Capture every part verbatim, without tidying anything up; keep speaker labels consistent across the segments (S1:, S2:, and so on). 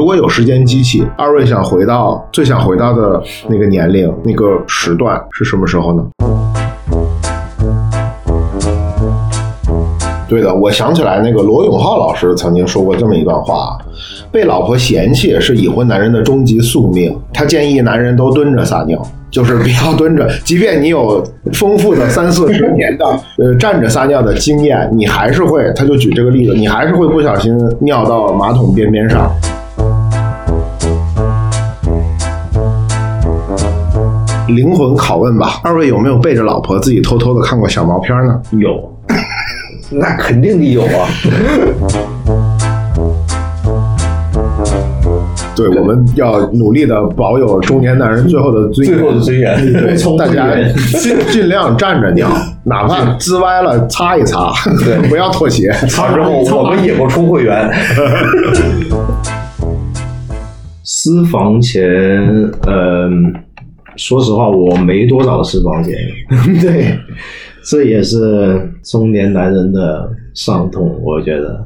S1: 如果有时间机器，二位想回到最想回到的那个年龄那个时段是什么时候呢？对的，我想起来那个罗永浩老师曾经说过这么一段话，被老婆嫌弃是已婚男人的终极宿命，他建议男人都蹲着撒尿，就是不要蹲着，即便你有丰富的三四十年的呃站着撒尿的经验，你还是会，他就举这个例子，你还是会不小心尿到马桶边边上。灵魂拷问吧，二位有没有背着老婆自己偷偷的看过小毛片呢？
S2: 有。那肯定得有啊。
S1: 对，我们要努力的保有中年男人最后的尊严，
S2: 最后的尊严。
S1: 对，大家尽尽量站着尿，哪怕滋歪了擦一擦，对，不要妥协。
S2: 擦之后我们也不充会员。
S3: 私房钱，嗯、呃，说实话，我没多少私房钱。对。这也是中年男人的伤痛，我觉得。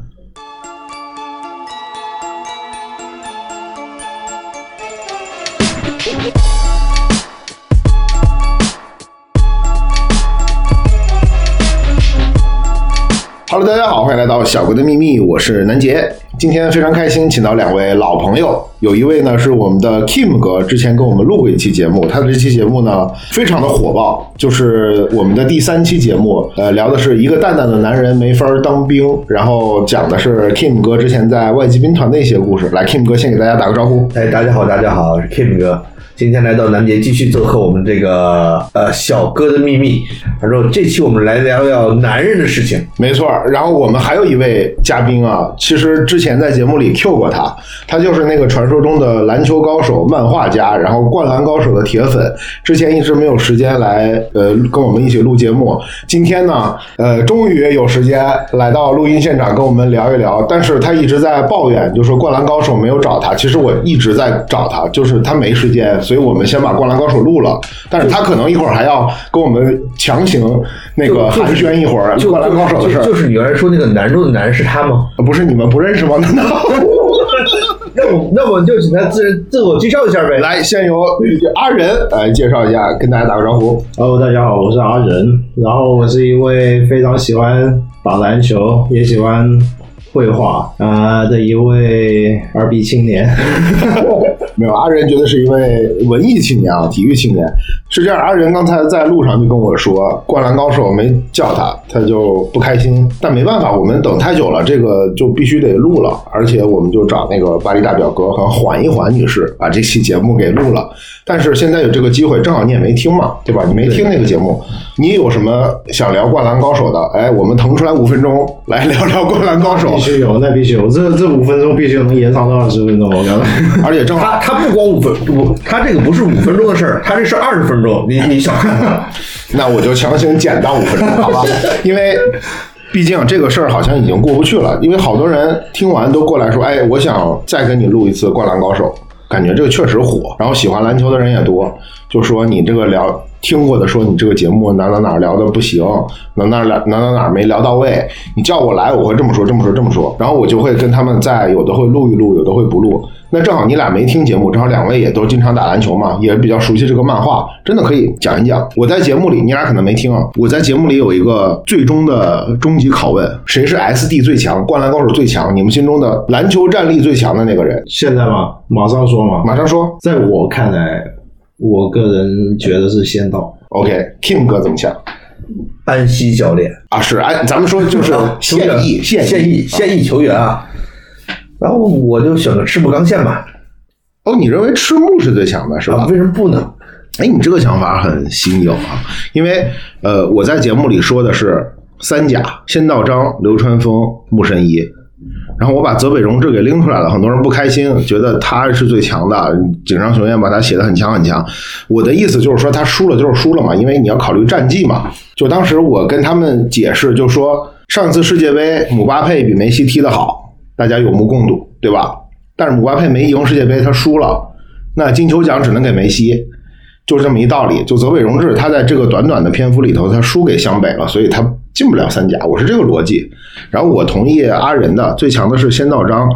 S1: Hello， 大家好，欢迎来到小哥的秘密，我是南杰。今天非常开心，请到两位老朋友，有一位呢是我们的 Kim 哥，之前跟我们录过一期节目，他的这期节目呢非常的火爆，就是我们的第三期节目，呃，聊的是一个淡淡的男人没法当兵，然后讲的是 Kim 哥之前在外籍兵团的一些故事。来 ，Kim 哥先给大家打个招呼。
S2: 哎，大家好，大家好，我是 Kim 哥。今天来到南杰继续做客我们这个呃小哥的秘密，他说这期我们来聊聊男人的事情。
S1: 没错，然后我们还有一位嘉宾啊，其实之前在节目里 Q 过他，他就是那个传说中的篮球高手、漫画家，然后灌篮高手的铁粉，之前一直没有时间来呃跟我们一起录节目，今天呢呃终于有时间来到录音现场跟我们聊一聊，但是他一直在抱怨，就说灌篮高手没有找他，其实我一直在找他，就是他没时间，所以我们先把灌篮高手录了，但是他可能一会儿还要跟我们强行那个寒暄一会儿灌篮高手的事儿。
S2: 就是你原来说那个难中的难是他吗？
S1: 不是，你们不认识吗？难道？
S2: 那我那我们就请他自自我介绍一下呗。
S1: 来，先由阿仁来介绍一下，跟大家打个招呼。
S3: Hello， 大家好，我是阿仁，然后我是一位非常喜欢打篮球，也喜欢绘画啊、呃、的一位二逼青年。
S1: 没有，阿仁觉得是一位文艺青年啊，体育青年。是这样，阿仁刚才在路上就跟我说，灌篮高手没叫他，他就不开心。但没办法，我们等太久了，这个就必须得录了。而且我们就找那个巴黎大表哥和缓一缓女士把这期节目给录了。但是现在有这个机会，正好你也没听嘛，对吧？你没听那个节目，你有什么想聊灌篮高手的？哎，我们腾出来五分钟来聊聊灌篮高手。
S3: 必须有，那必须有，这这五分钟必须能延长到二十分钟，我觉得。
S1: 而且正好。
S2: 他不光五分，不，他这个不是五分钟的事儿，他这是二十分钟。你你想看看？
S1: 那我就强行减到五分钟，好吧？因为毕竟这个事儿好像已经过不去了，因为好多人听完都过来说，哎，我想再跟你录一次《灌篮高手》，感觉这个确实火，然后喜欢篮球的人也多，就说你这个聊。听过的说你这个节目哪哪哪聊的不行，哪哪哪哪哪没聊到位，你叫我来我会这么说这么说这么说，然后我就会跟他们在有的会录一录，有的会不录。那正好你俩没听节目，正好两位也都经常打篮球嘛，也比较熟悉这个漫画，真的可以讲一讲。我在节目里你俩可能没听啊，我在节目里有一个最终的终极拷问，谁是 S D 最强，灌篮高手最强，你们心中的篮球战力最强的那个人？
S3: 现在吗？马上说嘛，
S1: 马上说。
S3: 在我看来，我个人觉得是仙道。
S1: OK，Kim 哥怎么想？
S2: 安西教练
S1: 啊，是安，咱们说就是现役
S2: 现役现役球员啊。然后我就选个赤木刚宪吧。
S1: 哦，你认为赤木是最强的是吧？
S2: 啊、为什么不呢？
S1: 哎，你这个想法很新颖啊，因为呃，我在节目里说的是三甲：仙道章、流川枫、木神一。然后我把泽北荣治给拎出来了，很多人不开心，觉得他是最强的，井上雄彦把他写得很强很强。我的意思就是说他输了就是输了嘛，因为你要考虑战绩嘛。就当时我跟他们解释，就说上次世界杯姆巴佩比梅西踢得好，大家有目共睹，对吧？但是姆巴佩没赢世界杯，他输了，那金球奖只能给梅西，就是这么一道理。就泽北荣治他在这个短短的篇幅里头他输给湘北了，所以他进不了三甲，我是这个逻辑。然后我同意阿仁的，最强的是仙道章。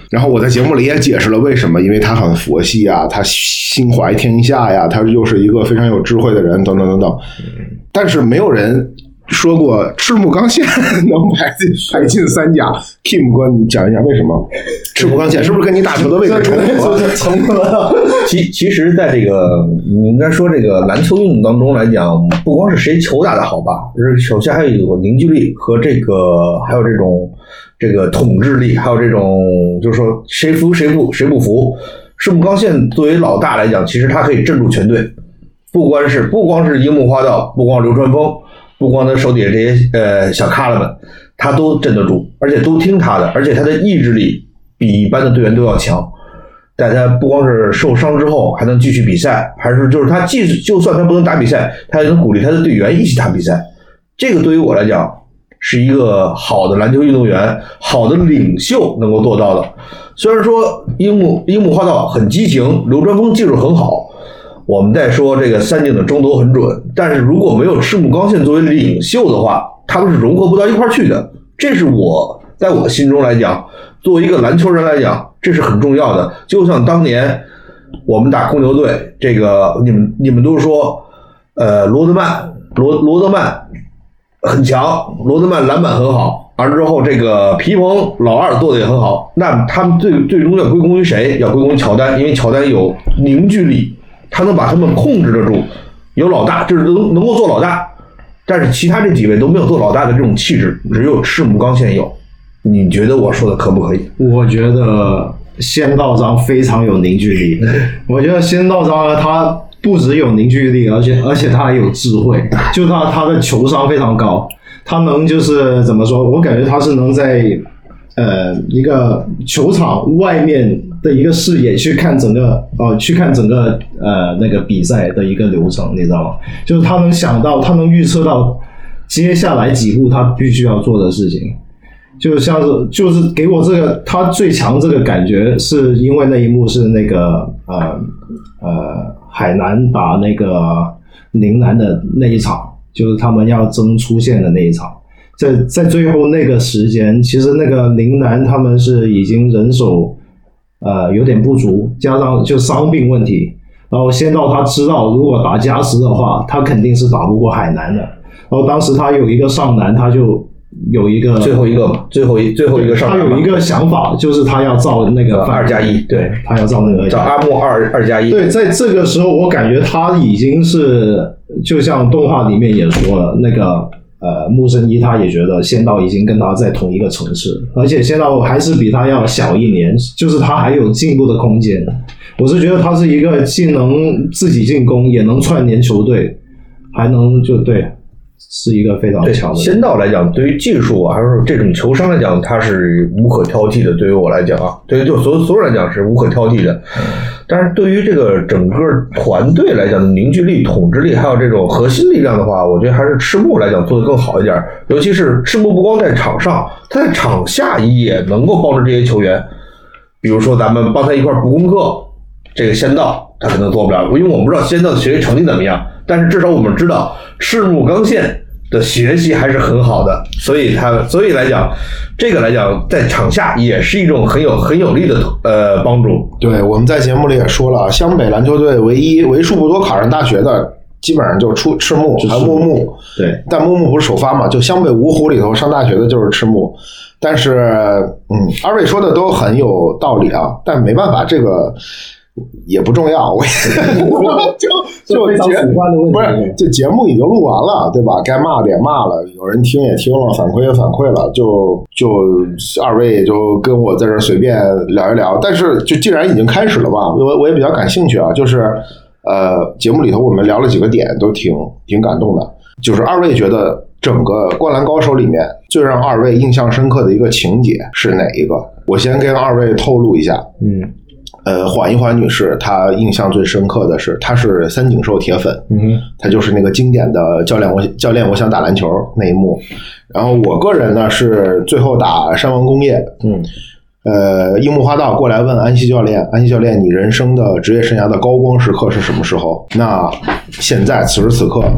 S1: 然后我在节目里也解释了为什么，因为他很佛系啊，他心怀天下呀，他又是一个非常有智慧的人，等等等等。但是没有人说过赤木刚宪能排进排进三甲。Kim 哥，你讲一讲为什么赤木刚宪是不是跟你打球的位置重合？
S2: 其其实，在这个你应该说这个篮球运动当中来讲，不光是谁球打得好吧，首先还有一个凝聚力和这个还有这种这个统治力，还有这种就是说谁服谁不谁不服。赤木刚宪作为老大来讲，其实他可以镇住全队，不光是不光是樱木花道，不光流川枫，不光他手底下这些呃小咖了们，他都镇得住，而且都听他的，而且他的意志力比一般的队员都要强。但他不光是受伤之后还能继续比赛，还是就是他即使就算他不能打比赛，他也能鼓励他的队员一起打比赛。这个对于我来讲是一个好的篮球运动员、好的领袖能够做到的。虽然说樱木樱木花道很激情，流川枫技术很好，我们在说这个三井的中投很准，但是如果没有赤木刚宪作为领袖的话，他们是融合不到一块去的。这是我在我心中来讲，作为一个篮球人来讲，这是很重要的。就像当年我们打公牛队，这个你们你们都说，呃，罗德曼罗罗德曼很强，罗德曼篮板很好，完之后这个皮蓬老二做的也很好，那他们最最终要归功于谁？要归功于乔丹，因为乔丹有凝聚力，他能把他们控制得住，有老大，就是能能够做老大。但是其他这几位都没有做老大的这种气质，只有赤木刚宪有。你觉得我说的可不可以？
S3: 我觉得仙道章非常有凝聚力。我觉得仙道章呢，他不只有凝聚力，而且而且他还有智慧，就他他的球商非常高，他能就是怎么说？我感觉他是能在呃一个球场外面的一个视野去看整个呃去看整个呃那个比赛的一个流程，你知道吗？就是他能想到，他能预测到接下来几步他必须要做的事情。就像是就是给我这个他最强这个感觉，是因为那一幕是那个呃呃海南打那个陵南的那一场，就是他们要争出线的那一场。在在最后那个时间，其实那个陵南他们是已经人手呃有点不足，加上就伤病问题，然后仙道他知道如果打加时的话，他肯定是打不过海南的。然后当时他有一个上篮，他就有一个
S2: 最后一个最后一最后一个上篮，
S3: 他有一个想法，就是他要造那个
S2: 二加一，对，
S3: 他要造那个
S2: 造阿莫二二加一。
S3: 对，在这个时候，我感觉他已经是就像动画里面也说了，那个呃木生一他也觉得仙道已经跟他在同一个城市，而且仙道还是比他要小一年，就是他还有进步的空间。我是觉得他是一个既能自己进攻，也能串联球队，还能就对。是一个非常强的。
S2: 仙道来讲，对于技术啊，还是这种球商来讲，它是无可挑剔的。对于我来讲啊，对于就所有所有人来讲是无可挑剔的。嗯、但是对于这个整个团队来讲的凝聚力、统治力，还有这种核心力量的话，我觉得还是赤木来讲做得更好一点。尤其是赤木不光在场上，他在场下也能够帮助这些球员。比如说咱们帮他一块补功课，这个仙道他可能做不了，因为我们不知道仙道的学习成绩怎么样。但是至少我们知道赤木刚宪的学习还是很好的，所以他所以来讲，这个来讲在场下也是一种很有很有力的呃帮助。
S1: 对，我们在节目里也说了，湘北篮球队唯一为数不多考上大学的，基本上就是出赤木还有木木。
S3: 对，
S1: 但木木不是首发嘛，就湘北五虎里头上大学的就是赤木。但是，嗯，二位说的都很有道理啊，但没办法，这个。也不重要，我就就节不是这节目已经录完了，对吧？该骂的也骂了，有人听也听了，反馈也反馈了，就就二位也就跟我在这随便聊一聊。但是就既然已经开始了吧，我我也比较感兴趣啊，就是呃节目里头我们聊了几个点，都挺挺感动的。就是二位觉得整个《灌篮高手》里面最让二位印象深刻的一个情节是哪一个？我先跟二位透露一下，
S3: 嗯。
S1: 呃，缓一缓女士，她印象最深刻的是，她是三井寿铁粉，
S3: 嗯，
S1: 她就是那个经典的教练我教练我想打篮球那一幕。然后我个人呢是最后打山王工业，
S3: 嗯，
S1: 呃，樱木花道过来问安西教练，安西教练，你人生的职业生涯的高光时刻是什么时候？那现在此时此刻，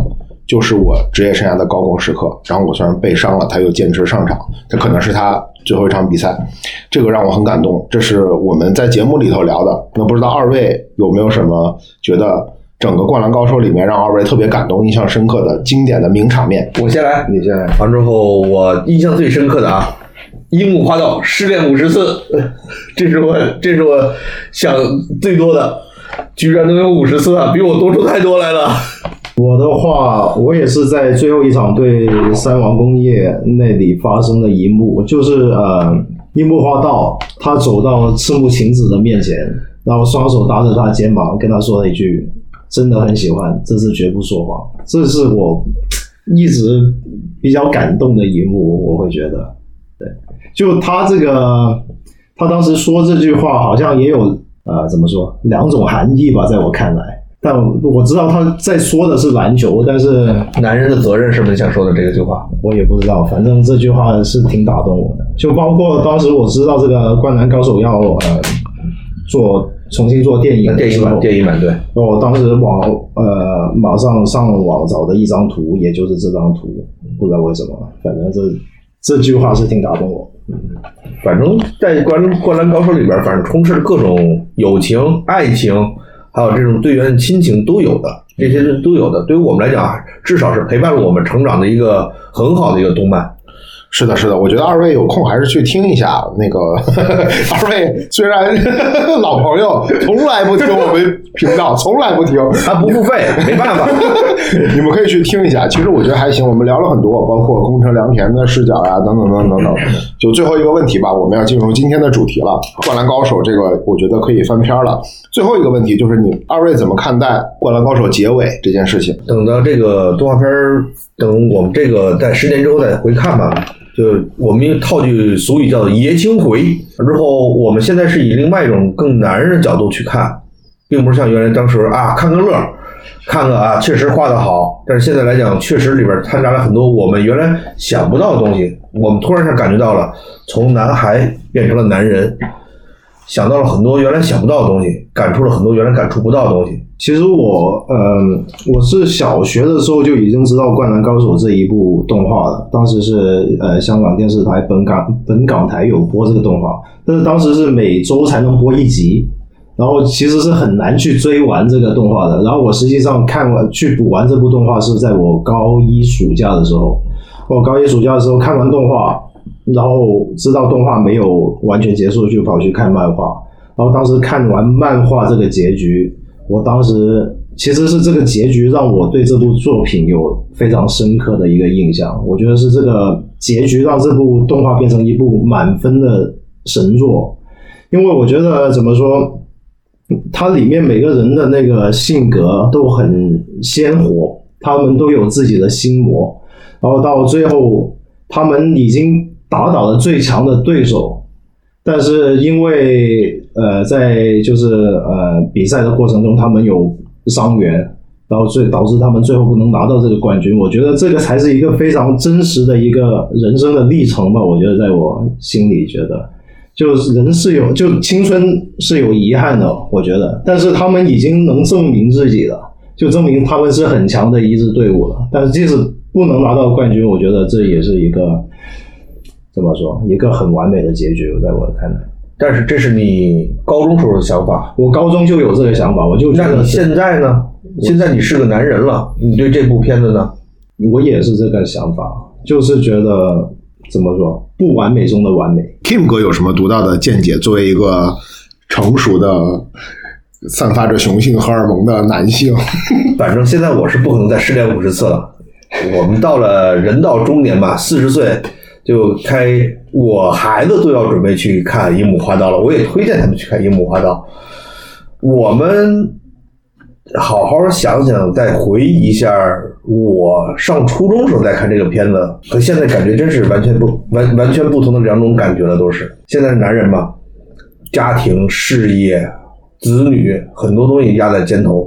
S1: 就是我职业生涯的高光时刻。然后我虽然被伤了，他又坚持上场，这可能是他最后一场比赛，这个让我很感动。这是我们在节目里头聊的。那不知道二位有没有什么觉得整个《灌篮高手》里面让二位特别感动、印象深刻的经典的名场面？
S2: 我先来，
S1: 你先来。
S2: 完之后，我印象最深刻的啊，樱木花道失恋五十次，这是我这是我想最多的，居然能有五十次啊，比我多出太多来了。
S3: 我的话，我也是在最后一场对三王工业那里发生的一幕，就是呃，樱木花道他走到赤木晴子的面前，然后双手搭着他肩膀，跟他说了一句：“真的很喜欢，这次绝不说谎。”这是我一直比较感动的一幕，我会觉得，对，就他这个，他当时说这句话好像也有呃，怎么说两种含义吧，在我看来。但我知道他在说的是篮球，但是
S2: 男人的责任是不是想说的这个句话？
S3: 我也不知道，反正这句话是挺打动我的。就包括当时我知道这个《灌篮高手》要呃做重新做电影
S2: 电影版，电影版对。
S3: 我当时网呃马上上网找的一张图，也就是这张图，不知道为什么，反正这这句话是挺打动我。嗯，
S2: 反正在《灌灌篮高手》里边，反正充斥着各种友情、爱情。还有这种队员亲情都有的，这些都有的。对于我们来讲啊，至少是陪伴了我们成长的一个很好的一个动漫。
S1: 是的，是的，我觉得二位有空还是去听一下那个。呵呵二位虽然呵呵老朋友，从来不听我们频道，从来不听，
S2: 他不付费，没办法。
S1: 你们可以去听一下，其实我觉得还行。我们聊了很多，包括宫城良田的视角呀、啊，等等等等等。就最后一个问题吧，我们要进入今天的主题了。灌篮高手这个，我觉得可以翻篇了。最后一个问题就是你二位怎么看待灌篮高手结尾这件事情？
S2: 等到这个动画片，等我们这个在十年之后再回看吧。就我们套句俗语叫做爷青回，之后我们现在是以另外一种更男人的角度去看，并不是像原来当时啊看个乐，看个啊确实画得好，但是现在来讲确实里边掺杂了很多我们原来想不到的东西，我们突然上感觉到了从男孩变成了男人，想到了很多原来想不到的东西，感触了很多原来感触不到的东西。
S3: 其实我呃我是小学的时候就已经知道《灌篮高手》这一部动画了，当时是呃香港电视台本港本港台有播这个动画，但是当时是每周才能播一集，然后其实是很难去追完这个动画的。然后我实际上看完去补完这部动画是在我高一暑假的时候，我高一暑假的时候看完动画，然后知道动画没有完全结束，就跑去看漫画。然后当时看完漫画这个结局，我当时其实是这个结局让我对这部作品有非常深刻的一个印象。我觉得是这个结局让这部动画变成一部满分的神作，因为我觉得怎么说，它里面每个人的那个性格都很鲜活，他们都有自己的心魔，然后到最后他们已经打倒了最强的对手，但是因为呃在就是呃比赛的过程中他们有伤员，然后最导致他们最后不能拿到这个冠军。我觉得这个才是一个非常真实的一个人生的历程吧，我觉得在我心里觉得就是人是有就青春是有遗憾的，我觉得，但是他们已经能证明自己了，就证明他们是很强的一支队伍了。但是即使不能拿到冠军，我觉得这也是一个怎么说，一个很完美的结局，在我看来。
S2: 但是这是你高中时候的想法，
S3: 我高中就有这个想法，我就觉得。
S2: 那你现在呢？现在你是个男人了，你对这部片子呢？
S3: 我也是这个想法，就是觉得怎么说，不完美中的完美。
S1: Kim 哥有什么独到的见解？作为一个成熟的、散发着雄性荷尔蒙的男性，
S2: 反正现在我是不可能再失恋五十次了。我们到了人到中年吧，四十岁就开，我孩子都要准备去看樱木花道了，我也推荐他们去看樱木花道。我们好好想想，再回忆一下我上初中时候再看这个片子，和现在感觉真是完全不完完全不同的两种感觉了。都是现在的男人嘛，家庭、事业、子女，很多东西压在肩头，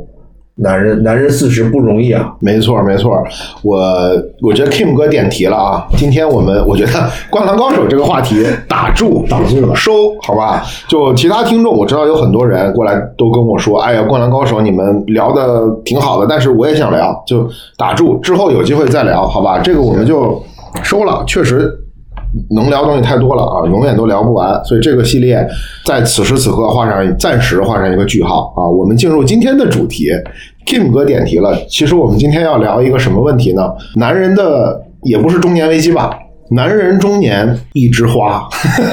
S2: 男人男人四十不容易啊。
S1: 没错没错，我我觉得 Kim 哥点题了啊。今天我们我觉得灌篮高手这个话题打住
S3: 打住了
S1: 收好吧。就其他听众我知道有很多人过来都跟我说，哎呀灌篮高手你们聊的挺好的，但是我也想聊，就打住，之后有机会再聊好吧。这个我们就收了，确实能聊的东西太多了啊，永远都聊不完，所以这个系列在此时此刻画上暂时画上一个句号啊。我们进入今天的主题 ，Kim 哥点题了。其实我们今天要聊一个什么问题呢？男人的也不是中年危机吧？男人中年一枝花，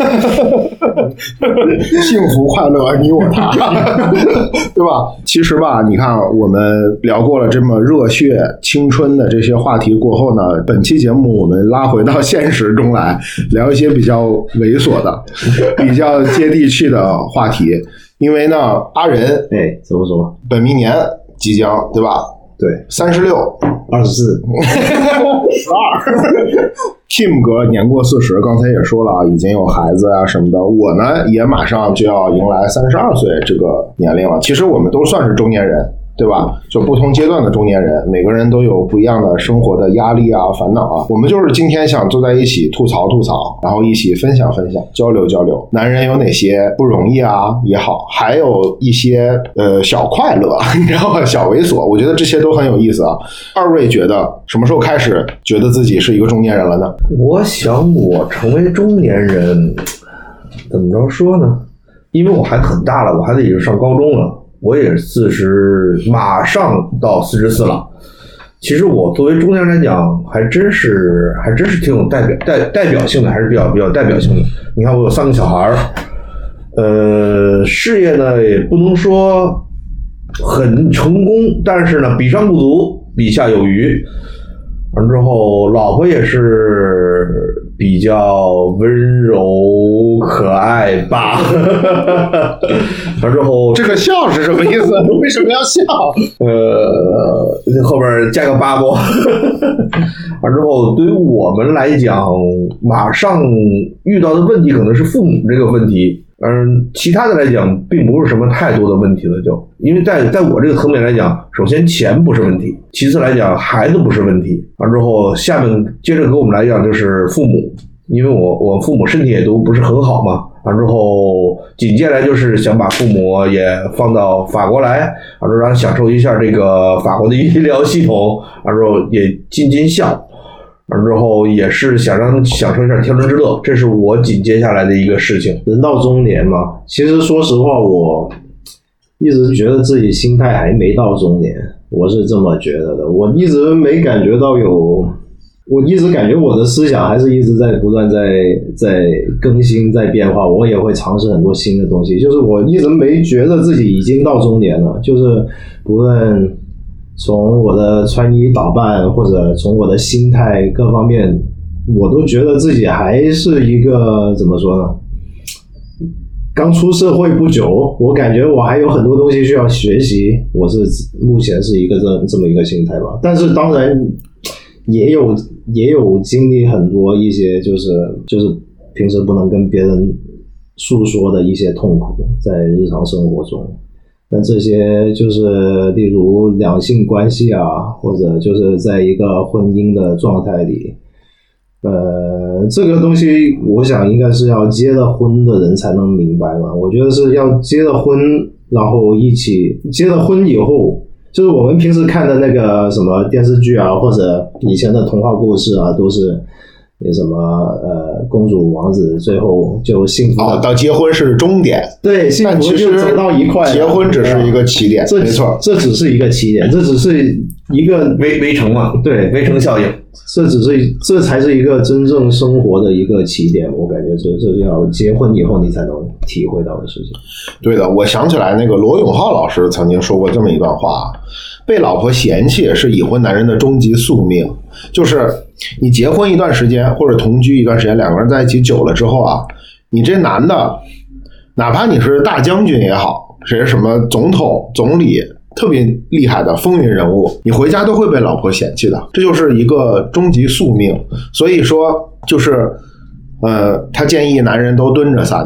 S1: 幸福快乐你我他，对吧？其实吧，你看我们聊过了这么热血青春的这些话题过后呢，本期节目我们拉回到现实中来，聊一些比较猥琐的、比较接地气的话题。因为呢，阿仁，
S3: 哎，怎么说？
S1: 本命年即将，对吧？
S3: 对，
S1: 三十六，
S3: 二十四，
S1: 十二。Kim 哥年过四十，刚才也说了啊，已经有孩子啊什么的。我呢，也马上就要迎来三十二岁这个年龄了。其实我们都算是中年人，对吧？就不同阶段的中年人，每个人都有不一样的生活的压力啊、烦恼啊。我们就是今天想坐在一起吐槽吐槽，然后一起分享分享，交流交流。男人有哪些不容易啊也好，还有一些呃小快乐，你知道吗？小猥琐，我觉得这些都很有意思啊。二位觉得什么时候开始觉得自己是一个中年人了呢？
S2: 我想我成为中年人，怎么着说呢？因为我还很大了，我还得也是上高中了。我也四十，马上到四十四了。其实我作为中年人来讲，还真是还真是挺有代表代代表性的，还是比较比较代表性的。你看，我有三个小孩儿，呃，事业呢也不能说很成功，但是呢比上不足，比下有余。完之后，老婆也是比较温柔可爱吧。完之后，
S1: 这个笑是什么意思？为什么要笑？
S2: 呃，后边加个八不。完之后，对于我们来讲，马上遇到的问题可能是父母这个问题。嗯，其他的来讲，并不是什么太多的问题了，就因为在在我这个层面来讲，首先钱不是问题，其次来讲孩子不是问题，完之后下面接着给我们来讲就是父母，因为我我父母身体也都不是很好嘛，完之后紧接来就是想把父母也放到法国来，完之后让享受一下这个法国的医疗系统，完之后也尽尽孝。完之后也是想让享受一下天伦之乐，这是我紧接下来的一个事情。
S3: 人到中年嘛，其实说实话，我一直觉得自己心态还没到中年，我是这么觉得的。我一直没感觉到有，我一直感觉我的思想还是一直在不断在在更新，在变化。我也会尝试很多新的东西，就是我一直没觉得自己已经到中年了，就是不论从我的穿衣打扮，或者从我的心态各方面，我都觉得自己还是一个怎么说呢？刚出社会不久，我感觉我还有很多东西需要学习，我是目前是一个这这么一个心态吧。但是当然也有也有经历很多一些就是就是平时不能跟别人诉说的一些痛苦，在日常生活中。那这些就是例如两性关系啊，或者就是在一个婚姻的状态里，呃，这个东西我想应该是要结了婚的人才能明白嘛。我觉得是要结了婚，然后一起结了婚以后，就是我们平时看的那个什么电视剧啊，或者以前的童话故事啊，都是有什么呃公主王子最后就幸福的、
S1: 哦、到结婚是终点，
S3: 对，幸福就走到一块，
S1: 结婚只是一个起点，
S3: 这
S1: 没错，
S3: 这只是一个起点，这只是一个
S2: 围围城嘛，
S3: 对，
S2: 围城效应，
S3: 这只是这才是一个真正生活的一个起点。我感觉这这是要结婚以后你才能体会到的事情。
S1: 对的，我想起来那个罗永浩老师曾经说过这么一段话：被老婆嫌弃是已婚男人的终极宿命，就是你结婚一段时间或者同居一段时间，两个人在一起久了之后啊，你这男的哪怕你是大将军也好，谁是什么总统总理特别厉害的风云人物，你回家都会被老婆嫌弃的，这就是一个终极宿命。所以说就是呃，他建议男人都蹲着撒尿，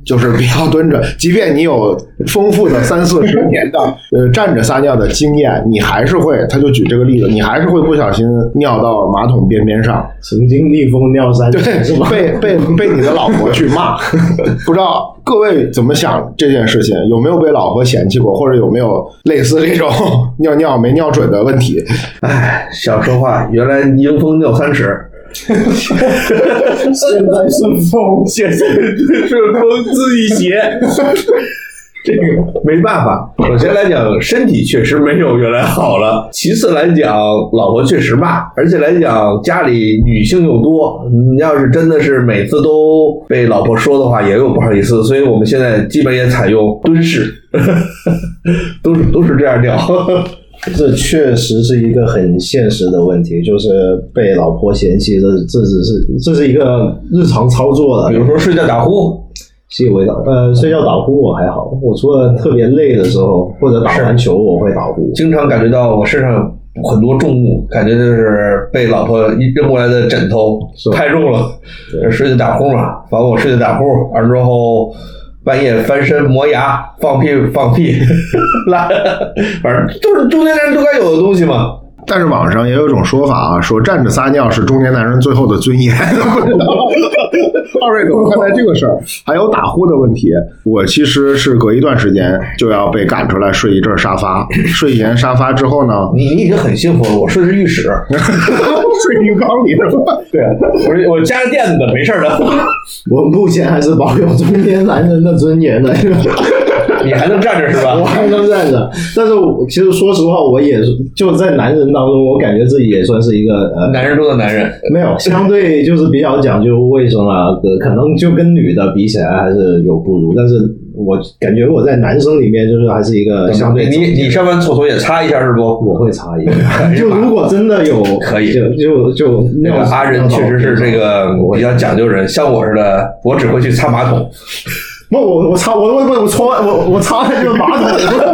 S1: 就是比较蹲着，即便你有丰富的三四十年的呃站着撒尿的经验，你还是会，他就举这个例子，你还是会不小心尿到马桶边边上，
S3: 曾经逆风尿三
S1: 对，
S3: 是吧？
S1: 被被被你的老婆去骂，不知道各位怎么想这件事情？有没有被老婆嫌弃过，或者有没有类似这种尿尿没尿准的问题？
S2: 哎，想说话，原来迎风尿三尺。
S3: 现在顺风，
S2: 现在顺风自己斜，这个没办法。首先来讲，身体确实没有原来好了；其次来讲，老婆确实骂，而且来讲家里女性又多，你要是真的是每次都被老婆说的话，也有不好意思。所以我们现在基本也采用蹲式，都是都是这样尿。
S3: 这确实是一个很现实的问题，就是被老婆嫌弃，这这只是这是一个日常操作的。
S2: 比如说睡觉打呼，
S3: 习以为常。呃，睡觉打呼我还好，我除了特别累的时候或者打完球我会打呼。
S2: 经常感觉到我身上很多重物，感觉就是被老婆扔过来的枕头太重了，睡觉打呼嘛，反正我睡觉打呼，完之后。半夜翻身磨牙放屁放屁拉，反正都是中年男人都该有的东西嘛。
S1: 但是网上也有一种说法啊，说站着撒尿是中年男人最后的尊严。不知道二位怎么看待这个事儿？还有打呼的问题，我其实是隔一段时间就要被赶出来睡一阵沙发，睡一年沙发之后呢，
S2: 你你已经很幸福了，我睡的是浴室，
S1: 睡浴缸里是吧？
S2: 对，我我加着垫子的，没事的。
S3: 我目前还是保有中年男人的尊严的。
S2: 你还能站着是吧？
S3: 我还能站着，但是我其实说实话，我也就在男人当中，我感觉自己也算是一个呃
S2: 男人中的男人。
S3: 没有，相对就是比较讲究卫生啊，可能就跟女的比起来还是有不如，但是我感觉我在男生里面就是还是一个相对。
S2: 你你上完厕所也擦一下是不？
S3: 我会擦一下。就如果真的有
S2: 可以，
S3: 就就就
S2: 那个阿仁确实是这个比较讲究人，像我似的，我只会去擦马桶。
S3: 不，我我擦，我我我搓我我擦的就是马桶。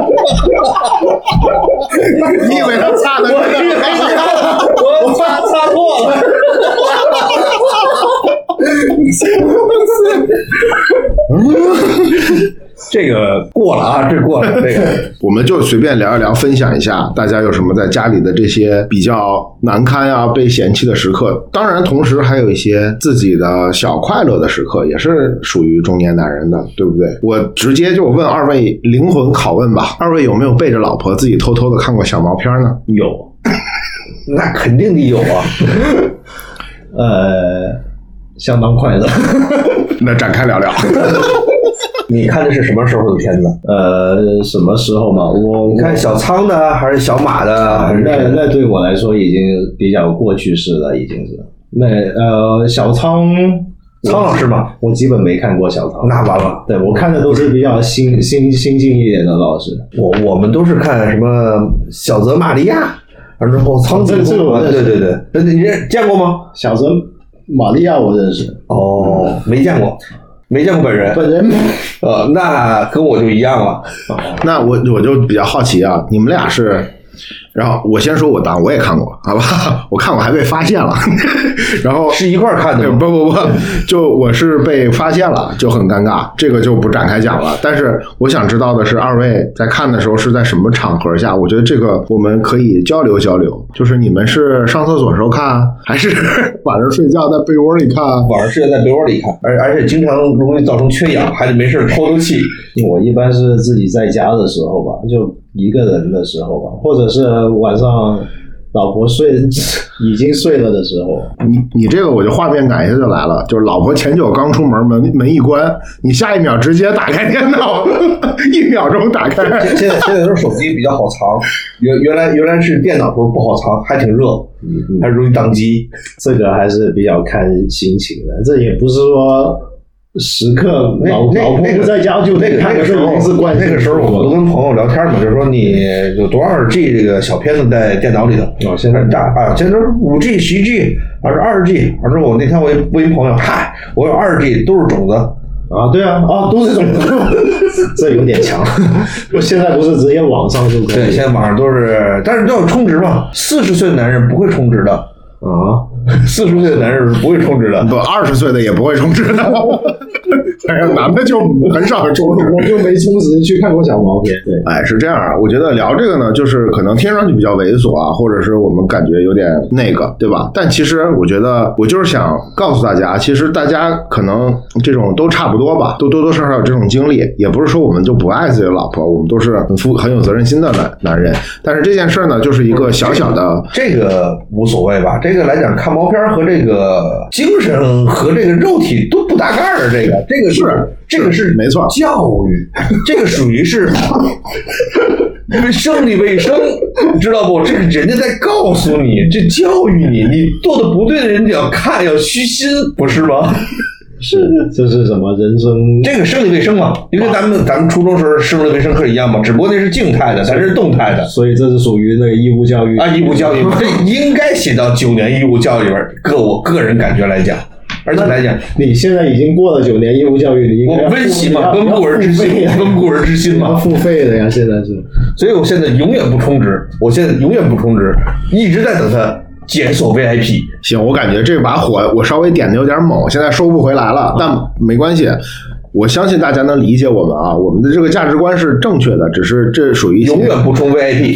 S1: 你以为他擦的？
S2: 我以为他，我擦擦错了。这个过了啊，这过了。这个
S1: 我们就随便聊一聊，分享一下大家有什么在家里的这些比较难堪啊、被嫌弃的时刻。当然，同时还有一些自己的小快乐的时刻，也是属于中年男人的，对不对？我直接就问二位灵魂拷问吧，二位有没有背着老婆自己偷偷的看过小毛片呢？
S3: 有，
S2: 那肯定得有啊。
S3: 呃，相当快乐。
S1: 那展开聊聊。
S2: 你看的是什么时候的片子？
S3: 呃，什么时候嘛？我
S2: 你看小仓的还是小马的？还是
S3: 那那对我来说已经比较过去式了，已经是。那呃，小仓
S2: 苍老师嘛，
S3: 我基本没看过小仓。
S2: 那完了，
S3: 对我看的都是比较新新新进一点的老师。
S2: 我我们都是看什么小泽玛利亚，然后苍井空，对对对，那你见过吗？
S3: 小泽玛利亚我认识。
S2: 哦，没见过。没见过本人，
S3: 本人，
S2: 呃，那跟我就一样了。
S1: 那我我就比较好奇啊，你们俩是，然后我先说我当我也看过，好吧，我看过还被发现了，然后
S2: 是一块看的吗？
S1: 不不不，就我是被发现了，就很尴尬，这个就不展开讲了。但是我想知道的是，二位在看的时候是在什么场合下？我觉得这个我们可以交流交流，就是你们是上厕所时候看，还是晚上睡觉在被窝里看？
S2: 晚上睡觉在被窝里看，而而且经常容易造成缺氧，还得没事透透气。
S3: 我一般是自己在家的时候吧，就一个人的时候吧，或者是晚上老婆睡已经睡了的时候。
S1: 你你这个我就画面感一下就来了，就是老婆前脚刚出门，门门一关，你下一秒直接打开电脑，一秒钟打开。
S2: 现在现在都是手机比较好藏，原原来原来是电脑时候不好藏，还挺热，嗯、还容易宕机。
S3: 这个还是比较看心情的，这也不是说。时刻老老婆不在家就
S2: 那个那个时候
S3: 是关
S2: 那个时候我都跟朋友聊天嘛，就说你有多少 G 这个小片子在电脑里头？
S3: 哦，现在
S2: 大啊，现在都是五 G、十 G， 还是二十 G。完之后我那天我问一朋友，嗨，我有二十 G， 都是种子
S3: 啊，对啊，啊，都是种子，这有点强。我现在不是直接网上就可以？
S2: 对，现在网上都是，但是都要充值嘛。四十岁的男人不会充值的。
S3: 啊，
S2: 四十岁的男人是不会充值的，
S1: 不，二十岁的也不会充值的。哎呀，男的就很少充值，
S3: 我就没充值去看过小毛片。对，
S1: 哎，是这样啊。我觉得聊这个呢，就是可能听上去比较猥琐啊，或者是我们感觉有点那个，对吧？但其实我觉得，我就是想告诉大家，其实大家可能这种都差不多吧，都多多少少有这种经历。也不是说我们就不爱自己的老婆，我们都是很负很有责任心的男男人。但是这件事呢，就是一个小小的，
S2: 这个无所谓吧。这个来讲，看毛片和这个精神和这个肉体都不搭盖儿。这个，这个是，这个是
S1: 没错，
S2: 教育，这个属于是生理卫生，知道不？这个人家在告诉你，这教育你，你做的不对的人你要看，要虚心，不是吗？
S3: 是，这是什么人生？
S2: 这个生理卫生嘛，就跟咱们咱们初中时候生理卫生课一样嘛，只不过那是静态的，咱是动态的，
S3: 所以这是属于那个义务教育
S2: 啊，义务教育，这应该写到九年义务教育里边。个我个人感觉来讲，而且来讲，
S3: 你现在已经过了九年义务教育，你应该
S2: 我温习嘛，温故而知新，温故而知新嘛，
S3: 付费的呀，现在是。
S2: 所以我现在永远不充值，我现在永远不充值，一直在等它解锁 V I P。
S1: 行，我感觉这把火我稍微点的有点猛，现在收不回来了，但没关系。我相信大家能理解我们啊，我们的这个价值观是正确的，只是这属于
S2: 永远不充 V I P。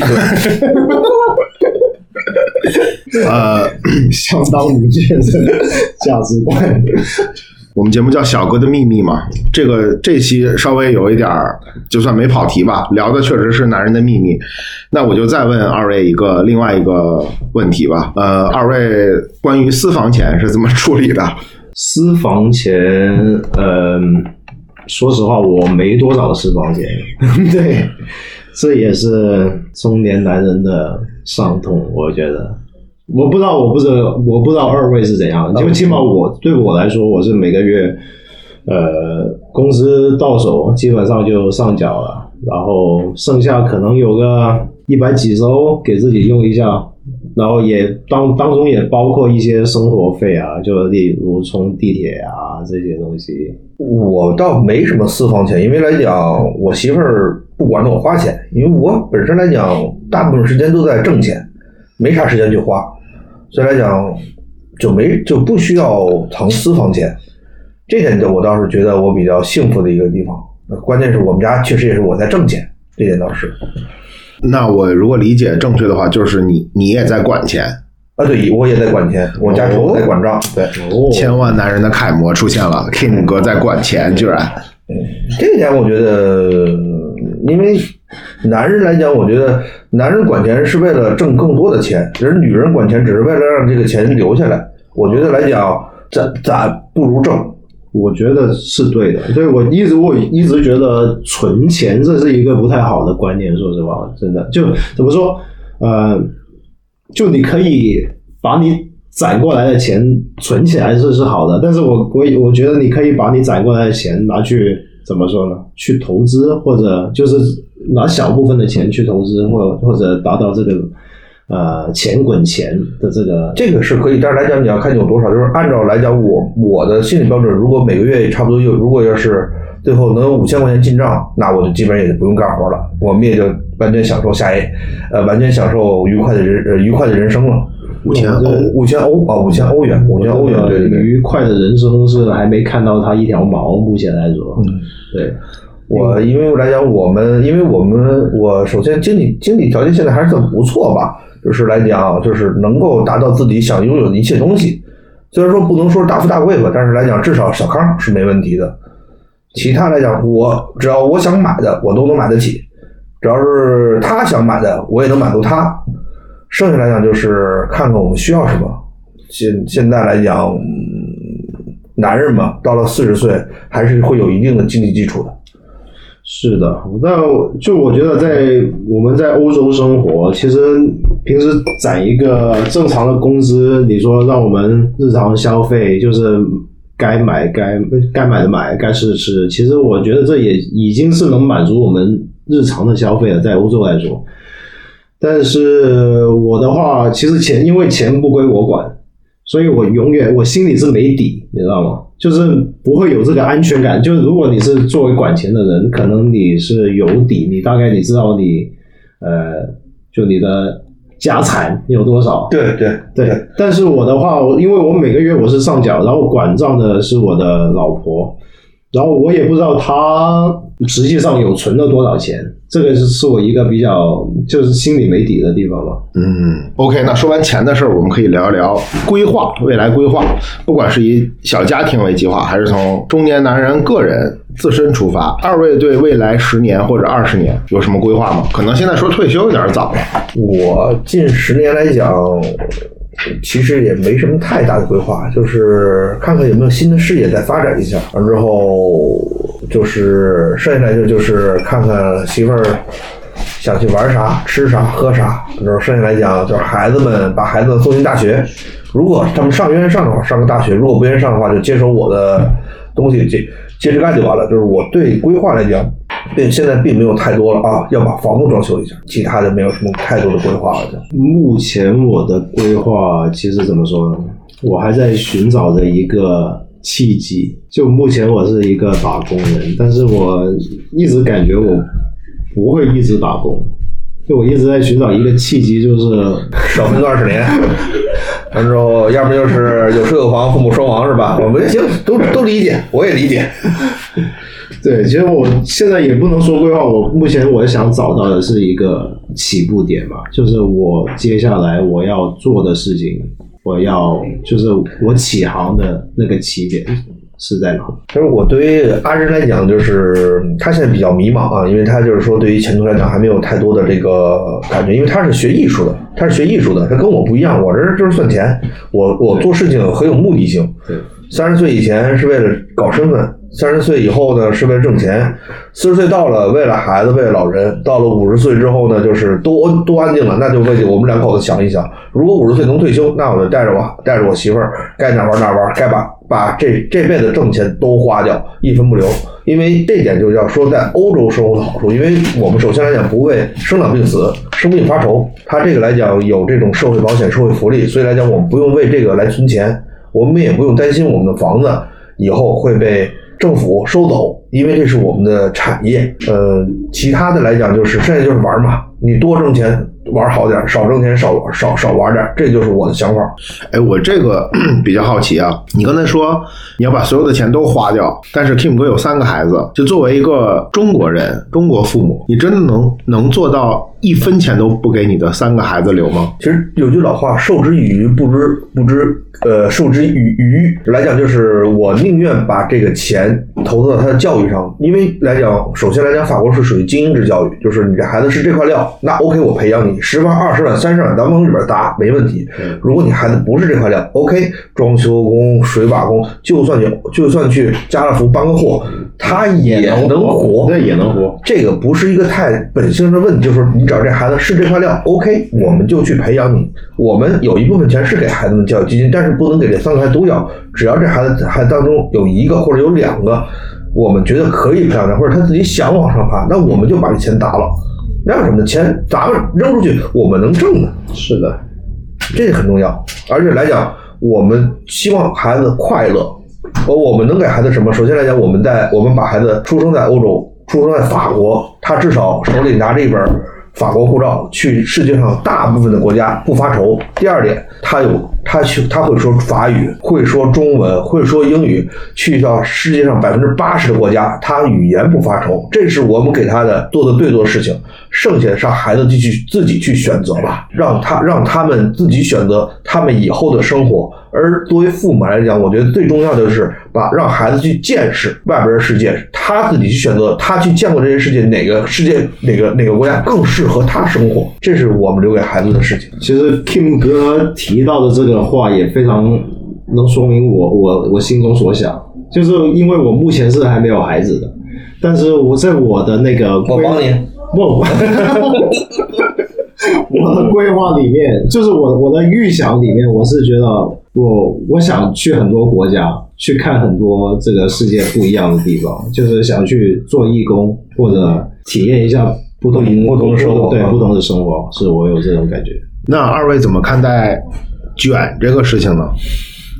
S1: 呃，
S3: 相当明确的价值观。
S1: 我们节目叫小哥的秘密嘛，这个这期稍微有一点就算没跑题吧，聊的确实是男人的秘密。那我就再问二位一个另外一个问题吧，呃，二位关于私房钱是怎么处理的？
S3: 私房钱，呃，说实话我没多少私房钱，对，这也是中年男人的伤痛，我觉得。我不知道，我不知道，我不知道二位是怎样。就起码我对我来说，我是每个月，呃，工资到手基本上就上缴了，然后剩下可能有个一百几十欧给自己用一下，然后也当当中也包括一些生活费啊，就例如充地铁啊这些东西。
S2: 我倒没什么私房钱，因为来讲，我媳妇儿不管着我花钱，因为我本身来讲，大部分时间都在挣钱，没啥时间去花。所以来讲，就没就不需要藏私房钱，这点我倒是觉得我比较幸福的一个地方。关键是我们家确实也是我在挣钱，这点倒是。
S1: 那我如果理解正确的话，就是你你也在管钱
S2: 啊？对，我也在管钱，我家是我在管账。对，
S1: 哦，千万男人的楷模出现了 ，King 哥在管钱，居然。
S2: 嗯，这点我觉得，因为男人来讲，我觉得男人管钱是为了挣更多的钱，而女人管钱只是为了让这个钱留下来。我觉得来讲，攒攒不如挣。
S3: 我觉得是对的，所以我一直我一直觉得存钱这是一个不太好的观念，说实话，真的就怎么说，呃，就你可以把你攒过来的钱存起来是是好的，但是我我我觉得你可以把你攒过来的钱拿去怎么说呢？去投资，或者就是拿小部分的钱去投资，或或者达到这个呃钱滚钱的这个，
S2: 这个是可以。但是来讲，你要看你有多少，就是按照来讲，我我的心理标准，如果每个月差不多有，如果要是最后能有五千块钱进账，那我就基本上也不用干活了，我们也就完全享受下一呃完全享受愉快的人呃愉快的人生了。
S1: 五千欧，
S2: 五千欧啊，五千欧元，五千欧元，对对对。
S3: 愉快的人生是还没看到他一条毛，目前来说，嗯，对。
S2: 我因为来讲，我们因为我们我首先经济经济条件现在还是很不错吧，就是来讲就是能够达到自己想拥有的一切东西。虽然说不能说大富大贵吧，但是来讲至少小康是没问题的。其他来讲，我只要我想买的，我都能买得起；只要是他想买的，我也能满足他。剩下来讲就是看看我们需要什么。现现在来讲，男人嘛，到了四十岁还是会有一定的经济基础的。
S3: 是的，那就我觉得在我们在欧洲生活，其实平时攒一个正常的工资，你说让我们日常消费，就是该买该该买的买，该吃的吃，其实我觉得这也已经是能满足我们日常的消费了，在欧洲来说。但是我的话，其实钱因为钱不归我管，所以我永远我心里是没底，你知道吗？就是不会有这个安全感。就是如果你是作为管钱的人，可能你是有底，你大概你知道你呃，就你的家产有多少。
S2: 对对
S3: 对，但是我的话，因为我每个月我是上缴，然后管账的是我的老婆，然后我也不知道她实际上有存了多少钱，这个是是我一个比较就是心里没底的地方吧。
S1: 嗯 ，OK， 那说完钱的事儿，我们可以聊一聊规划，未来规划，不管是以小家庭为计划，还是从中年男人个人自身出发，二位对未来十年或者二十年有什么规划吗？可能现在说退休有点早了。
S2: 我近十年来讲，其实也没什么太大的规划，就是看看有没有新的事业再发展一下，完之后就是剩下来就就是看看媳妇儿想去玩啥、吃啥、喝啥，然后剩下来讲就是孩子们把孩子送进大学，如果他们上愿意上的话，上个大学；如果不愿意上的话，就接手我的东西接接着干就完了。就是我对规划来讲，并现在并没有太多了啊，要把房子装修一下，其他的没有什么太多的规划了。
S3: 目前我的规划其实怎么说呢？我还在寻找着一个契机。就目前我是一个打工人，但是我一直感觉我不会一直打工，就我一直在寻找一个契机，就是
S2: 少奋斗二十年。完之后，要不就是有车有房，父母双亡，是吧？我们行，都都理解，我也理解。
S3: 对，其实我现在也不能说规划，我目前我想找到的是一个起步点吧，就是我接下来我要做的事情，我要就是我起航的那个起点是在哪？
S2: 其实我对于阿仁来讲，就是他现在比较迷茫啊，因为他就是说对于前途来讲还没有太多的这个感觉，因为他是学艺术的，他是学艺术的，他跟我不一样，我这就是算钱，我我做事情很有目的性。
S3: 对，
S2: 三十岁以前是为了搞身份，三十岁以后呢是为了挣钱，四十岁到了为了孩子为了老人，到了五十岁之后呢就是都都安静了，那就为我们两口子想一想，如果五十岁能退休，那我就带着我带着我媳妇儿该哪玩哪玩，该把把这这辈子挣钱都花掉，一分不留。因为这点就要说在欧洲生活的好处，因为我们首先来讲不为生老病死生病发愁，它这个来讲有这种社会保险社会福利，所以来讲我们不用为这个来存钱，我们也不用担心我们的房子以后会被政府收走，因为这是我们的产业。呃，其他的来讲就是剩下就是玩嘛，你多挣钱玩好点，少挣钱少少少玩点，这就是我的想法。
S1: 哎，我这个比较好奇啊，你刚才说你要把所有的钱都花掉，但是 Kim 哥有三个孩子，就作为一个中国人，中国父母，你真的能能做到一分钱都不给你的三个孩子留吗？
S2: 其实有句老话，授之以鱼，不知不知呃授之以渔来讲，就是我宁愿把这个钱投资到他的教育上，因为来讲，首先来讲，法国是属于精英制教育，就是你这孩子是这块料，那 OK， 我培养你十万、二十万、三十万，咱往里边砸没问题。如果你孩子不是这块料 ，OK， 装修工、水瓦工，就算你就算去家乐福搬个货，他也能活，
S3: 对，也能活。
S2: 这个不是一个太本性的问题，就是你只要这孩子是这块料 ，OK， 我们就去培养你。我们有一部分钱是给孩子们教育基金，但是不能给这三个孩子都要。只要这孩子孩子当中有一个或者有两个，我们觉得可以培养的，或者他自己想往上爬，那我们就把这钱打了。那有什么的钱咱们扔出去，我们能挣的。
S3: 是的，
S2: 这个很重要。而且来讲，我们希望孩子快乐，而我们能给孩子什么？首先来讲，我们在我们把孩子出生在欧洲，出生在法国，他至少手里拿着一本法国护照，去世界上大部分的国家不发愁。第二点，他有他去他会说法语，会说中文，会说英语，去到世界上百分之八十的国家，他语言不发愁。这是我们给他的做的最多的事情。剩下的让孩子继续自己去选择吧，让他让他们自己选择他们以后的生活。而作为父母来讲，我觉得最重要的是把让孩子去见识外边的世界，他自己去选择，他去见过这些世界，哪个世界哪个哪个国家更适合他生活，这是我们留给孩子的事情。
S3: 其实 Kim 哥提到的这个话也非常能说明我我我心中所想，就是因为我目前是还没有孩子的，但是我在我的那个
S2: 我帮你
S3: 不我的规划里面，就是我我的预想里面，我是觉得我我想去很多国家，去看很多这个世界不一样的地方，就是想去做义工或者体验一下不同
S2: 不同的生活，
S3: 对不同的生活，是我有这种感觉。
S1: 那二位怎么看待卷这个事情呢？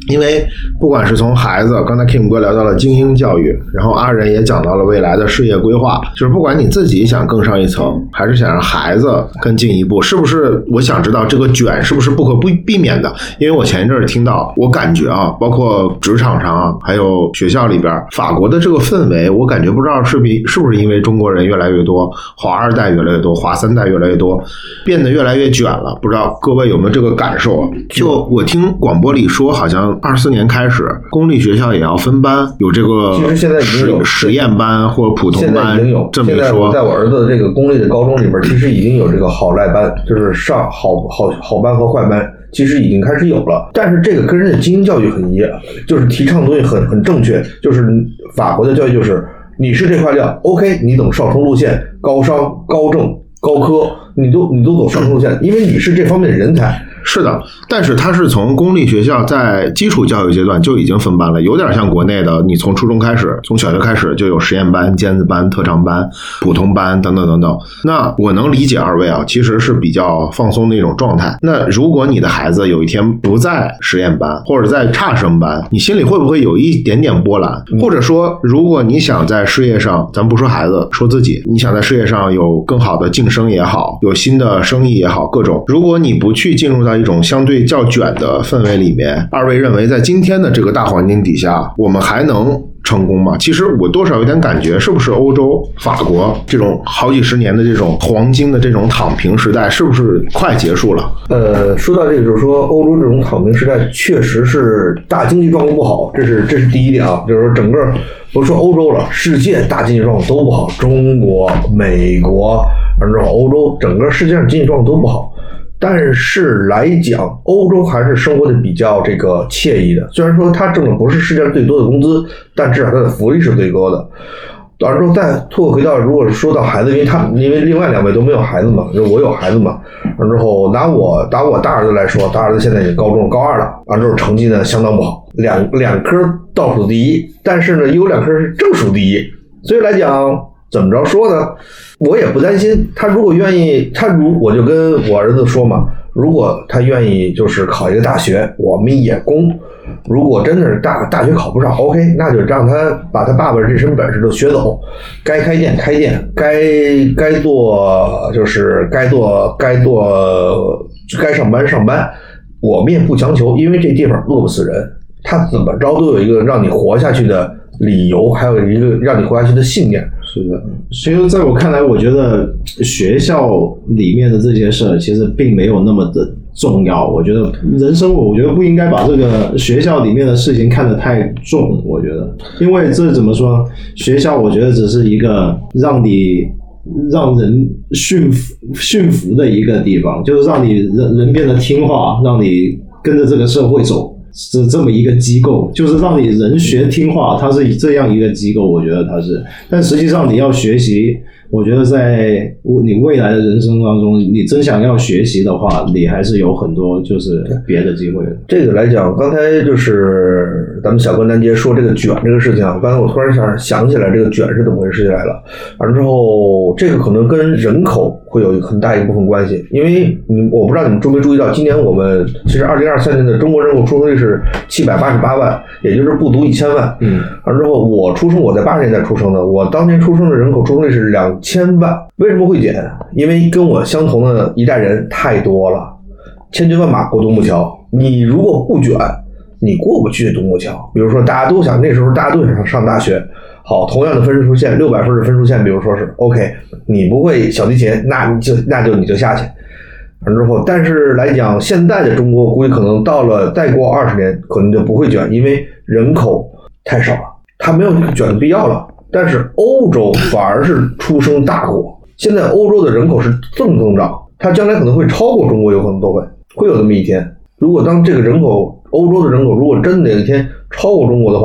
S1: 因为不管是从孩子，刚才 Kim 哥聊到了精英教育，然后阿仁也讲到了未来的事业规划，就是不管你自己想更上一层，还是想让孩子更进一步，是不是我想知道这个卷是不是不可避免的？因为我前一阵儿听到，我感觉啊，包括职场上啊，还有学校里边，法国的这个氛围，我感觉不知道是比是不是因为中国人越来越多，华二代越来越多，华三代越来越多，变得越来越卷了。不知道各位有没有这个感受啊？就我听广播里说，好像二四年开始，公立学校也要分班，有这个
S2: 其实现在已经有
S1: 实验班或者普通班，
S2: 现在已经有
S1: 这么一说。
S2: 在我儿子的这个公立的高中里边，其实已经有这个好赖班，就是上好好好班和坏班，其实已经开始有了。但是这个跟人的精英教育很一样，就是提倡的东西很很正确，就是法国的教育就是你是这块料 ，OK， 你等上升路线，高商、高政、高科，你都你都走上升路线，因为你是这方面的人才。
S1: 是的，但是它是从公立学校在基础教育阶段就已经分班了，有点像国内的，你从初中开始，从小学开始就有实验班、尖子班、特长班、普通班等等等等。那我能理解二位啊，其实是比较放松的一种状态。那如果你的孩子有一天不在实验班或者在差生班，你心里会不会有一点点波澜？或者说，如果你想在事业上，咱不说孩子，说自己，你想在事业上有更好的晋升也好，有新的生意也好，各种，如果你不去进入到一种相对较卷的氛围里面，二位认为在今天的这个大环境底下，我们还能成功吗？其实我多少有点感觉，是不是欧洲、法国这种好几十年的这种黄金的这种躺平时代，是不是快结束了？
S2: 呃，说到这个，就是说欧洲这种躺平时代确实是大经济状况不好，这是这是第一点啊，就是说整个不是说欧洲了，世界大经济状况都不好，中国、美国，然后欧洲整个世界上经济状况都不好。但是来讲，欧洲还是生活的比较这个惬意的。虽然说他挣的不是世界上最多的工资，但至少他的福利是最高的。完了之后再拓回到，如果说到孩子，因为他因为另外两位都没有孩子嘛，就我有孩子嘛。完之后拿我拿我大儿子来说，大儿子现在也高中高二了，完之后成绩呢相当不好，两两科倒数第一，但是呢有两科是正数第一，所以来讲。怎么着说呢？我也不担心他，如果愿意，他如我就跟我儿子说嘛，如果他愿意就是考一个大学，我们也供。如果真的是大大学考不上 ，OK， 那就让他把他爸爸这身本事都学走，该开店开店，该该做就是该做该做该上班上班，我们也不强求，因为这地方饿不死人，他怎么着都有一个让你活下去的理由，还有一个让你活下去的信念。
S3: 是的，所以在我看来，我觉得学校里面的这些事儿其实并没有那么的重要。我觉得人生，我觉得不应该把这个学校里面的事情看得太重。我觉得，因为这怎么说，学校我觉得只是一个让你让人驯服驯服的一个地方，就是让你人人变得听话，让你跟着这个社会走。是这么一个机构，就是让你人学听话，它是这样一个机构，我觉得它是。但实际上你要学习，我觉得在你未来的人生当中，你真想要学习的话，你还是有很多就是别的机会的。
S2: 这个来讲，刚才就是咱们小哥南杰说这个卷这个事情啊，刚才我突然想想起来这个卷是怎么回事来了。完了之后，这个可能跟人口会有很大一部分关系，因为你我不知道你们注没注意到，今年我们其实二零二三年的中国人口出生率是七百八十八万，也就是不足一千万。嗯，完之后我出生，我在八十年代出生的，我当年出生的人口出生率是两千万。为什么会减？因为跟我相同的一代人太多了，千军万马过独木桥。你如果不卷，你过不去独木桥。比如说，大家都想那时候大家都想上大学，好，同样的分数线，六百分的分数线，比如说是 OK， 你不会小提琴，那你就那就你就下去。完之后，但是来讲，现在的中国估计可能到了再过二十年，可能就不会卷，因为人口太少了，它没有这个卷的必要了。但是欧洲反而是出生大国，现在欧洲的人口是正增长，它将来可能会超过中国，有可能都会会有这么一天。如果当这个人口，欧洲的人口如果真的有一天超过中国的话，它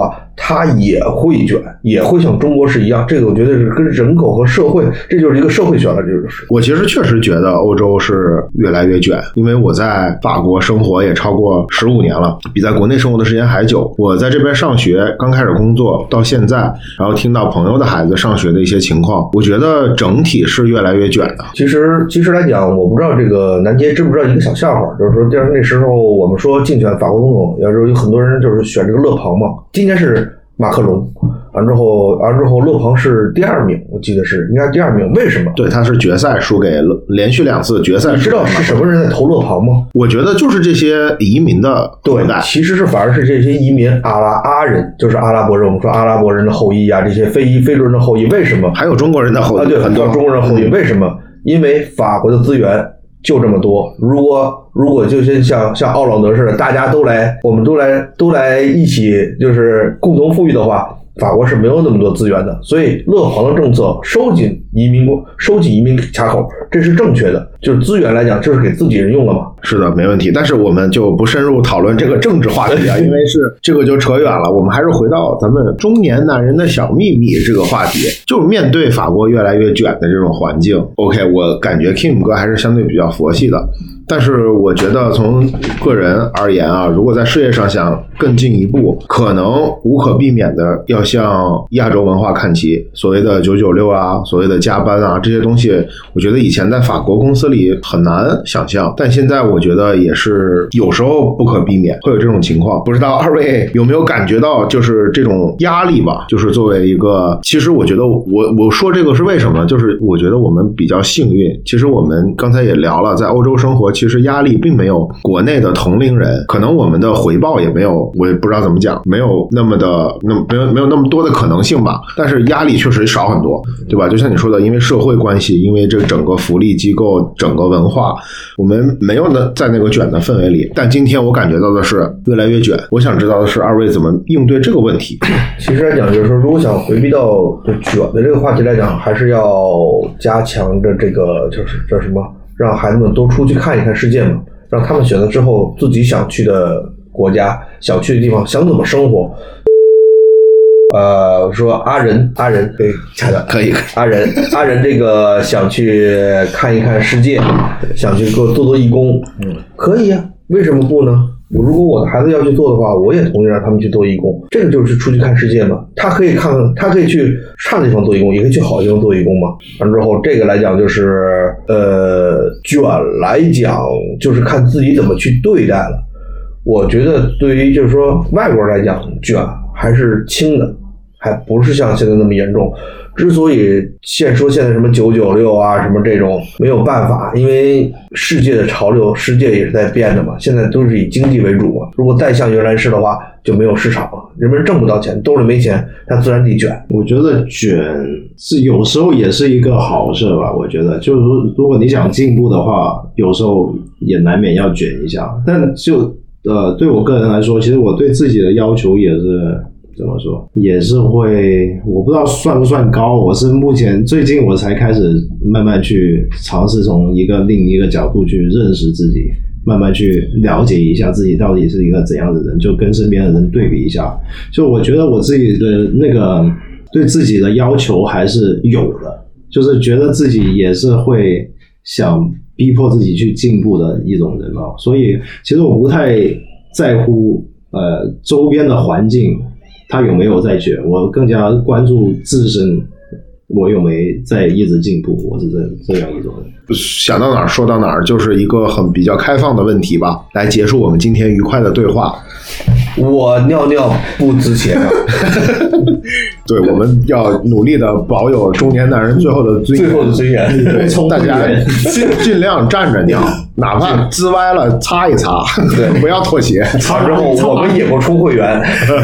S2: 它也会卷，也会像中国是一样。这个我觉得是跟人口和社会，这就是一个社会学了，这就是。
S1: 我其实确实觉得欧洲是越来越卷，因为我在法国生活也超过十五年了，比在国内生活的时间还久。我在这边上学，刚开始工作到现在，然后听到朋友的孩子上学的一些情况，我觉得整体是越来越卷的。
S2: 其实，其实来讲，我不知道这个南杰知不知道一个小笑话，就是说，就是那时候我们说竞选法国总统，要是有很多人就是选这个勒庞嘛，今年是马克龙，完之后，完之后勒庞是第二名，我记得是应该是第二名，为什么？
S1: 对，他是决赛输给连续两次决赛。
S2: 你知道是什么人在投勒庞吗？
S1: 我觉得就是这些移民的后代，
S2: 其实是反而是这些移民阿拉阿人，就是阿拉伯人，我们说阿拉伯人的后裔啊，这些非裔非洲人的后裔，为什么？
S1: 还有中国人的后裔，
S2: 啊，对，很多中国人后裔，为什么？因为法国的资源就这么多，如果如果就是像像奥朗德似的，大家都来，我们都来都来一起，就是共同富裕的话，法国是没有那么多资源的。所以勒庞的政策收紧移民收紧移民卡口，这是正确的，就是资源来讲，这是给自己人用了嘛。
S1: 是的，没问题。但是我们就不深入讨论这个政治话题啊，因为是这个就扯远了。我们还是回到咱们中年男人的小秘密这个话题，就是面对法国越来越卷的这种环境 ，OK， 我感觉 Kim 哥还是相对比较佛系的。但是我觉得从个人而言啊，如果在事业上想更进一步，可能无可避免的要向亚洲文化看齐。所谓的九九六啊，所谓的加班啊，这些东西，我觉得以前在法国公司里很难想象，但现在我觉得也是有时候不可避免会有这种情况。不知道二位有没有感觉到就是这种压力吧？就是作为一个，其实我觉得我我说这个是为什么？就是我觉得我们比较幸运。其实我们刚才也聊了，在欧洲生活。其实压力并没有国内的同龄人，可能我们的回报也没有，我也不知道怎么讲，没有那么的，那没有没有那么多的可能性吧。但是压力确实少很多，对吧？就像你说的，因为社会关系，因为这整个福利机构、整个文化，我们没有的在那个卷的氛围里。但今天我感觉到的是越来越卷。我想知道的是，二位怎么应对这个问题？
S2: 其实来讲，就是说，如果想回避到卷的这个话题来讲，还是要加强着这个，就是这什么。让孩子们都出去看一看世界嘛，让他们选择之后自己想去的国家、想去的地方、想怎么生活。呃，说阿仁，阿仁可以掐的，
S1: 可以。
S2: 阿仁，阿仁这个想去看一看世界，想去做做做义工，嗯，可以啊，为什么不呢？如果我的孩子要去做的话，我也同意让他们去做义工。这个就是出去看世界嘛。他可以看，他可以去差的地方做义工，也可以去好的地方做义工嘛。完之后，这个来讲就是呃，卷来讲就是看自己怎么去对待了。我觉得对于就是说外国人来讲，卷还是轻的，还不是像现在那么严重。之所以现说现在什么九九六啊什么这种没有办法，因为世界的潮流，世界也是在变的嘛，现在都是以经济为主嘛。如果再像原来是的话，就没有市场了，人们挣不到钱，兜里没钱，他自然得卷。
S3: 我觉得卷是有时候也是一个好事吧，我觉得就是如果你想进步的话，有时候也难免要卷一下。但就呃对我个人来说，其实我对自己的要求也是。怎么说也是会，我不知道算不算高，我是目前最近我才开始慢慢去尝试从一个另一个角度去认识自己，慢慢去了解一下自己到底是一个怎样的人，就跟身边的人对比一下。就我觉得我自己的那个对自己的要求还是有的，就是觉得自己也是会想逼迫自己去进步的一种人嘛。所以其实我不太在乎呃周边的环境他有没有在卷，我更加关注自身我有没在一直进步，我是这这样一种人。
S1: 想到哪儿说到哪儿，就是一个很比较开放的问题吧，来结束我们今天愉快的对话。
S2: 我尿尿不值钱啊。
S1: 对，我们要努力的保有中年男人最后的尊严，
S2: 最后的尊严。
S1: 对，大家尽尽量站着尿，哪怕滋歪了擦一擦，对，不要拖鞋。
S2: 擦之后我们也不出会员。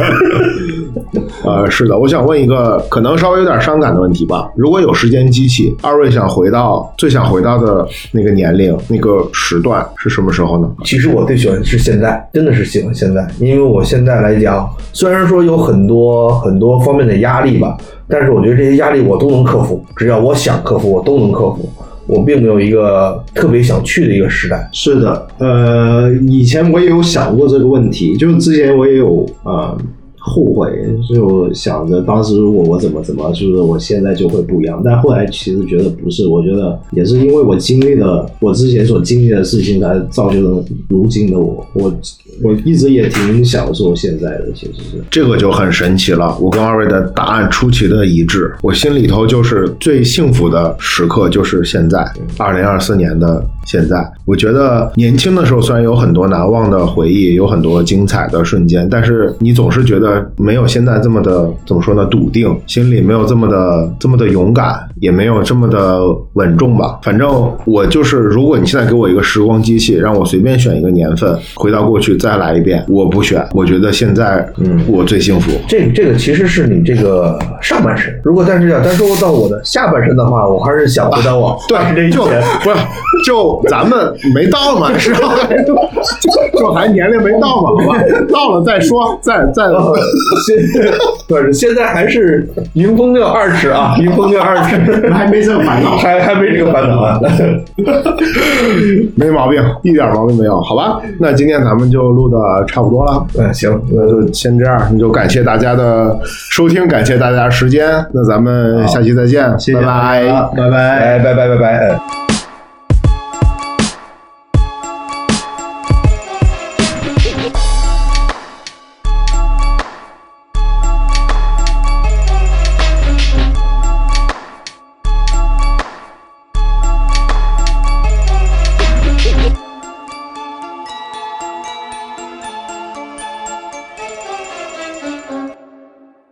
S1: 呃，是的，我想问一个可能稍微有点伤感的问题吧。如果有时间机器，二位想回到最想回到的那个年龄、那个时段是什么时候呢？
S2: 其实我最喜欢是现在，真的是喜欢现在，因为我现在来讲，虽然说有很多很多方面的压力吧，但是我觉得这些压力我都能克服，只要我想克服，我都能克服。我并没有一个特别想去的一个时代。
S3: 是的，呃，以前我也有想过这个问题，就是之前我也有呃。 后悔，就想着当时如果我怎么怎么，是不是我现在就会不一样？但后来其实觉得不是，我觉得也是因为我经历了我之前所经历的事情，才造就了如今的我。我我一直也挺享受现在的，其实是
S1: 这个就很神奇了。我跟二位的答案出奇的一致，我心里头就是最幸福的时刻就是现在，二零二四年的现在。我觉得年轻的时候虽然有很多难忘的回忆，有很多精彩的瞬间，但是你总是觉得没有现在这么的怎么说呢笃定，心里没有这么的这么的勇敢，也没有这么的稳重吧。反正我就是如果你现在给我一个时光机器，让我随便选一个年份回到过去再来一遍，我不选。我觉得现在嗯我最幸福。
S2: 这这个其实是你这个上半身，如果但是要单说到我的下半身的话，我还是想回到我、啊、
S1: 对就不是就咱们没到嘛，是吧？就就还年龄没到嘛，好吧，到了再说，再再。
S2: 对，现在还是迎风六二尺啊，迎风六二尺，
S3: 还没这个烦恼，
S2: 还还没这个烦恼啊，
S1: 没毛病，一点毛病没有，好吧？那今天咱们就录的差不多了，
S2: 嗯，行，
S1: 那就先这样，那就感谢大家的收听，感谢大家时间，那咱们下期再见，
S3: 谢谢
S1: 拜拜，
S3: 拜拜，
S2: 拜拜拜拜拜。